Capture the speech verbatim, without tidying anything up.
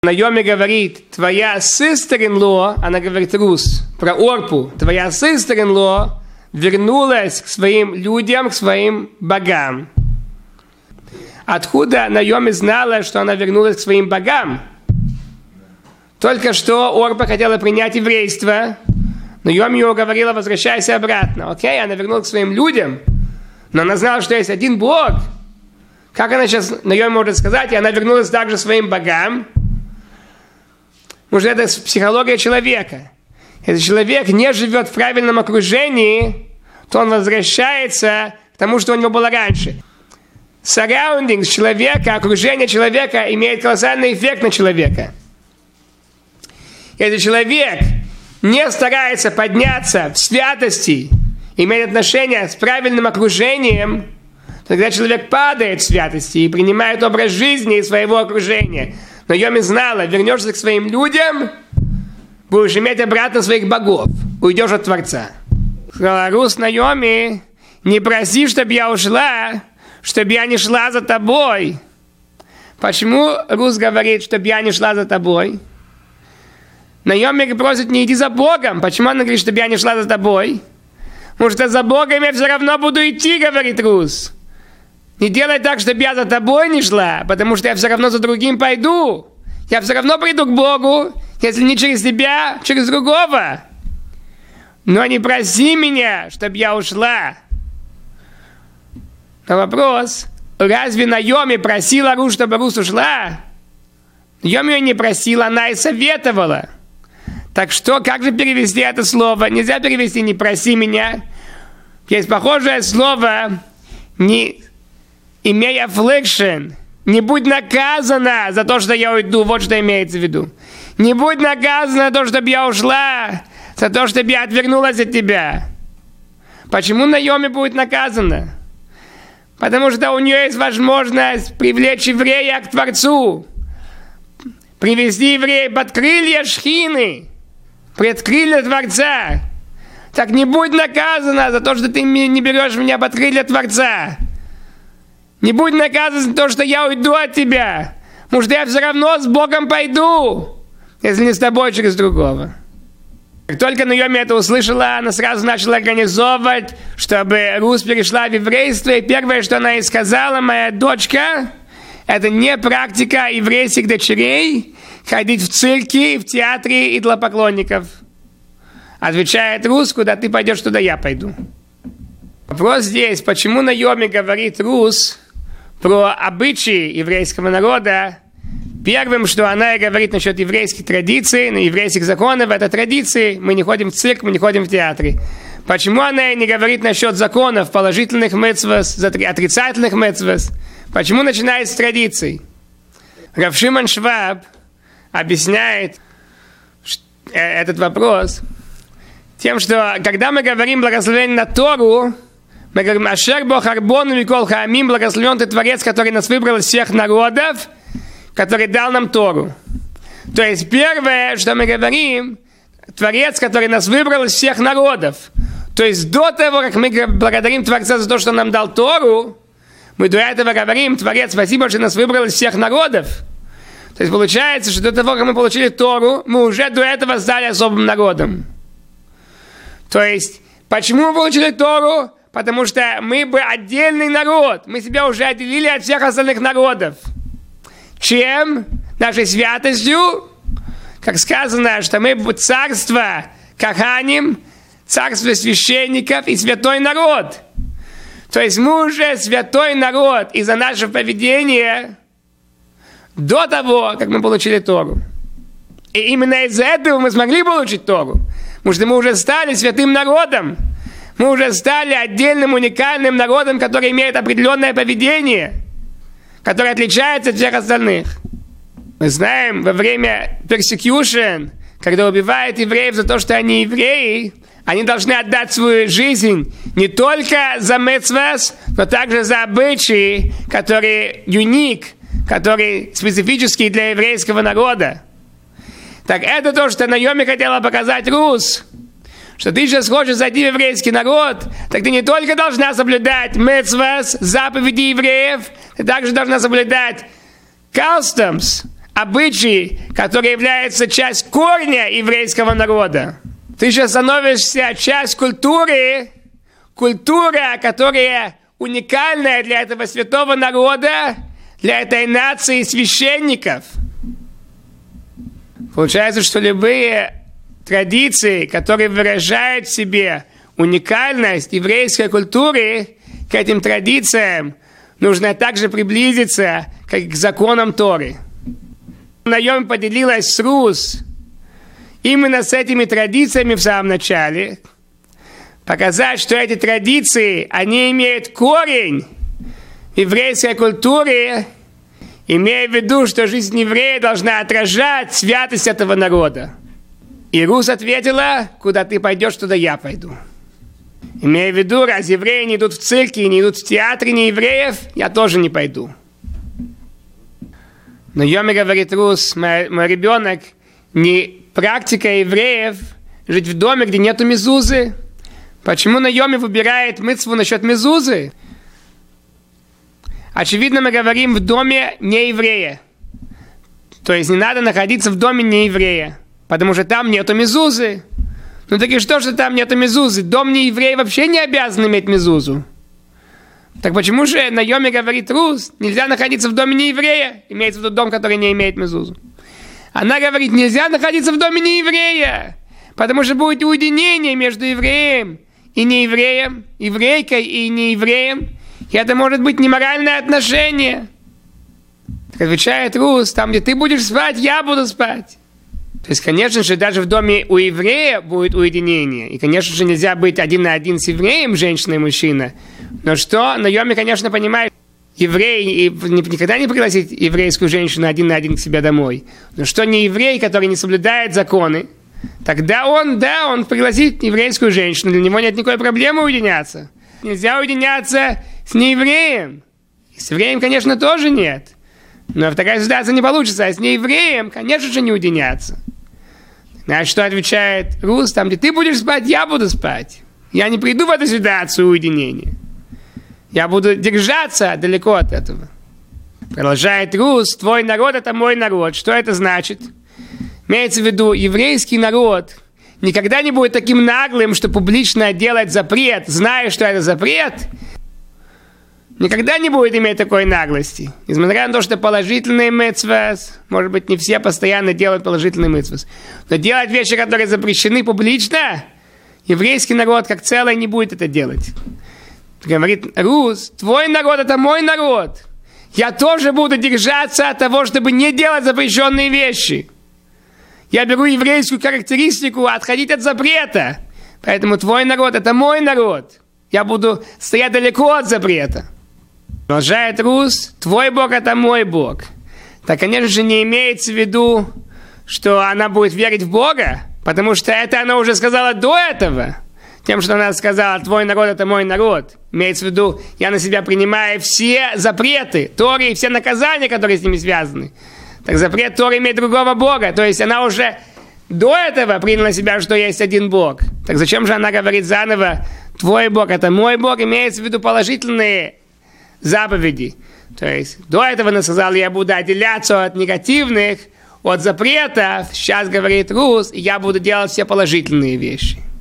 Наоми говорит, твоя sister-in-law, она говорит Рус, про Орпу, твоя sister-in-law вернулась к своим людям, к своим богам. Откуда Наоми знала, что она вернулась к своим богам? Только что Орпа хотела принять еврейство, Наоми его говорила, возвращайся обратно. Окей, она вернулась к своим людям, но она знала, что есть один Бог. Как она сейчас, Наоми может сказать, и она вернулась также к своим богам? Может, это психология человека. Если человек не живет в правильном окружении, то он возвращается к тому, что у него было раньше. Surroundings человека, окружение человека имеет колоссальный эффект на человека. Если человек не старается подняться в святости, иметь отношения с правильным окружением, тогда человек падает в святости и принимает образ жизни из своего окружения. Но Наоми знала, вернешься к своим людям, будешь иметь обратно своих богов, уйдешь от Творца. Сказала Рус Наоми, не проси, чтобы я ушла, чтобы я не шла за тобой. Почему Рус говорит, чтобы я не шла за тобой? Наоми просит, не иди за Богом. Почему она говорит, чтобы я не шла за тобой? Потому что за Богом я все равно буду идти, говорит Рус. Не делай так, чтобы я за тобой не шла, потому что я все равно за другим пойду. Я все равно приду к Богу, если не через тебя, через другого. Но не проси меня, чтобы я ушла. Но вопрос, разве Наоми просила Рус, чтобы Рус ушла? Наоми ее не просила, она и советовала. Так что, как же перевести это слово? Нельзя перевести «не проси меня». Есть похожее слово «не имей affliction». Не будь наказана за то, что я уйду. Вот что имеется в виду. Не будь наказана за то, чтобы я ушла, за то, чтобы я отвернулась от тебя. Почему Наоми будет наказана? Потому что у нее есть возможность привлечь еврея к Творцу. Привести еврея под крылья Шхины. Пред крылья Творца. Так не будь наказана за то, что ты не берешь меня под крылья Творца. Не будь наказана за то, что я уйду от тебя. Потому что я все равно с Богом пойду, если не с тобой, через другого. Как только Наоми это услышала, она сразу начала организовывать, чтобы Рус перешла в еврейство. И первое, что она ей сказала, моя дочка, это не практика еврейских дочерей ходить в цирки, в театре идолопоклонников. Отвечает Рус, куда ты пойдешь, туда я пойду. Вопрос здесь, почему Наоми говорит Рус про обычаи еврейского народа. Первым, что она говорит насчет еврейских традиций, еврейских законов, это традиции. Мы не ходим в цирк, мы не ходим в театры. Почему она не говорит насчет законов, положительных мицвос, отрицательных мицвос? Почему начинает с традиций? Рав Шимон Шваб объясняет этот вопрос тем, что когда мы говорим благословение на Тору, мы говорим «Ашер бо харбону микол хаамим», благословен ты Творец, который нас выбрал из всех народов, который дал нам Тору. То есть первое, что мы говорим, Творец, который нас выбрал из всех народов. То есть до того, как мы благодарим Творца за то, что он нам дал Тору, мы до этого говорим: Творец, спасибо, что нас выбрал из всех народов. То есть получается, что до того, как мы получили Тору, мы уже до этого стали особым народом. То есть, почему мы получили Тору? Потому что мы бы отдельный народ. Мы себя уже отделили от всех остальных народов. Чем? Нашей святостью. Как сказано, что мы царство Каханим, царство священников и святой народ. То есть мы уже святой народ из-за нашего поведения до того, как мы получили Тору. И именно из-за этого мы смогли получить Тору. Потому что мы уже стали святым народом. Мы уже стали отдельным уникальным народом, который имеет определенное поведение, которое отличается от всех остальных. Мы знаем, во время persecution, когда убивают евреев за то, что они евреи, они должны отдать свою жизнь не только за мицвос, но также за обычаи, которые юник, которые специфические для еврейского народа. Так это то, что Наоми хотела показать Рус. Что ты сейчас хочешь зайти в еврейский народ, так ты не только должна соблюдать мицвос, заповеди евреев, ты также должна соблюдать customs, обычай, который является частью корня еврейского народа. Ты же становишься частью культуры, культура, которая уникальная для этого святого народа, для этой нации священников. Получается, что любые традиции, которые выражают в себе уникальность еврейской культуры, к этим традициям нужно также приблизиться, как к законам Торы. Наем поделилась с Рус именно с этими традициями в самом начале, показать, что эти традиции, они имеют корень в еврейской культуре, имея в виду, что жизнь еврея должна отражать святость этого народа. И Рус ответила: куда ты пойдешь, туда я пойду. Имея в виду, раз евреи не идут в цирке, не идут в театре, не евреев, я тоже не пойду. Но Йоми говорит Рус: мой, мой ребенок, не практика евреев жить в доме, где нету мезузы. Почему Наоми выбирает мицву насчет мезузы? Очевидно, мы говорим в доме не еврея. То есть не надо находиться в доме не еврея, потому что там нету мезузы. Ну так и что, что там нету мезузы? Дом не еврея вообще не обязан иметь мезузу. Так почему же Наоми говорит Рус, нельзя находиться в доме не еврея? Имеется в виду дом, который не имеет мезузу. Она говорит, нельзя находиться в доме не еврея, потому что будет уединение между евреем и неевреем, еврейкой и неевреем, и это может быть неморальное отношение. Так отвечает Рус, там, где ты будешь спать, я буду спать. То есть, конечно же, даже в доме у еврея будет уединение. И, конечно же, нельзя быть один на один с евреем, женщина и мужчина. Но что? Наоми, конечно, понимает, еврей никогда не пригласит еврейскую женщину один на один к себе домой. Но что не еврей, который не соблюдает законы, тогда он, да, он пригласит еврейскую женщину. Для него нет никакой проблемы уединяться. Нельзя уединяться с неевреем. И с евреем, конечно, тоже нет. Но такая ситуация не получится. А с неевреем, конечно же, не уединяться. Значит, что отвечает Рус? Там, где ты будешь спать, я буду спать. Я не приду в эту ситуацию уединения. Я буду держаться далеко от этого. Продолжает Рус, твой народ – это мой народ. Что это значит? Имеется в виду, еврейский народ никогда не будет таким наглым, что публично делать запрет, зная, что это запрет. Никогда не будет иметь такой наглости. Несмотря на то, что положительные мицвос, может быть, не все постоянно делают положительные мицвос, но делать вещи, которые запрещены публично, еврейский народ как целый не будет это делать. Говорит Рус, твой народ – это мой народ. Я тоже буду держаться от того, чтобы не делать запрещенные вещи. Я беру еврейскую характеристику отходить от запрета. Поэтому твой народ – это мой народ. Я буду стоять далеко от запрета. Продолжает Рус, твой Бог – это мой Бог. Так, конечно же, не имеется в виду, что она будет верить в Бога, потому что это она уже сказала до этого. Тем, что она сказала, твой народ – это мой народ. Имеется в виду, я на себя принимаю все запреты Торы и все наказания, которые с ними связаны. Так запрет Торы имеет другого Бога. То есть она уже до этого приняла на себя, что есть один Бог. Так зачем же она говорит заново, твой Бог – это мой Бог? Имеется в виду положительные заповеди. То есть до этого она сказала, я буду отделяться от негативных, от запретов. Сейчас говорит Рус, я буду делать все положительные вещи.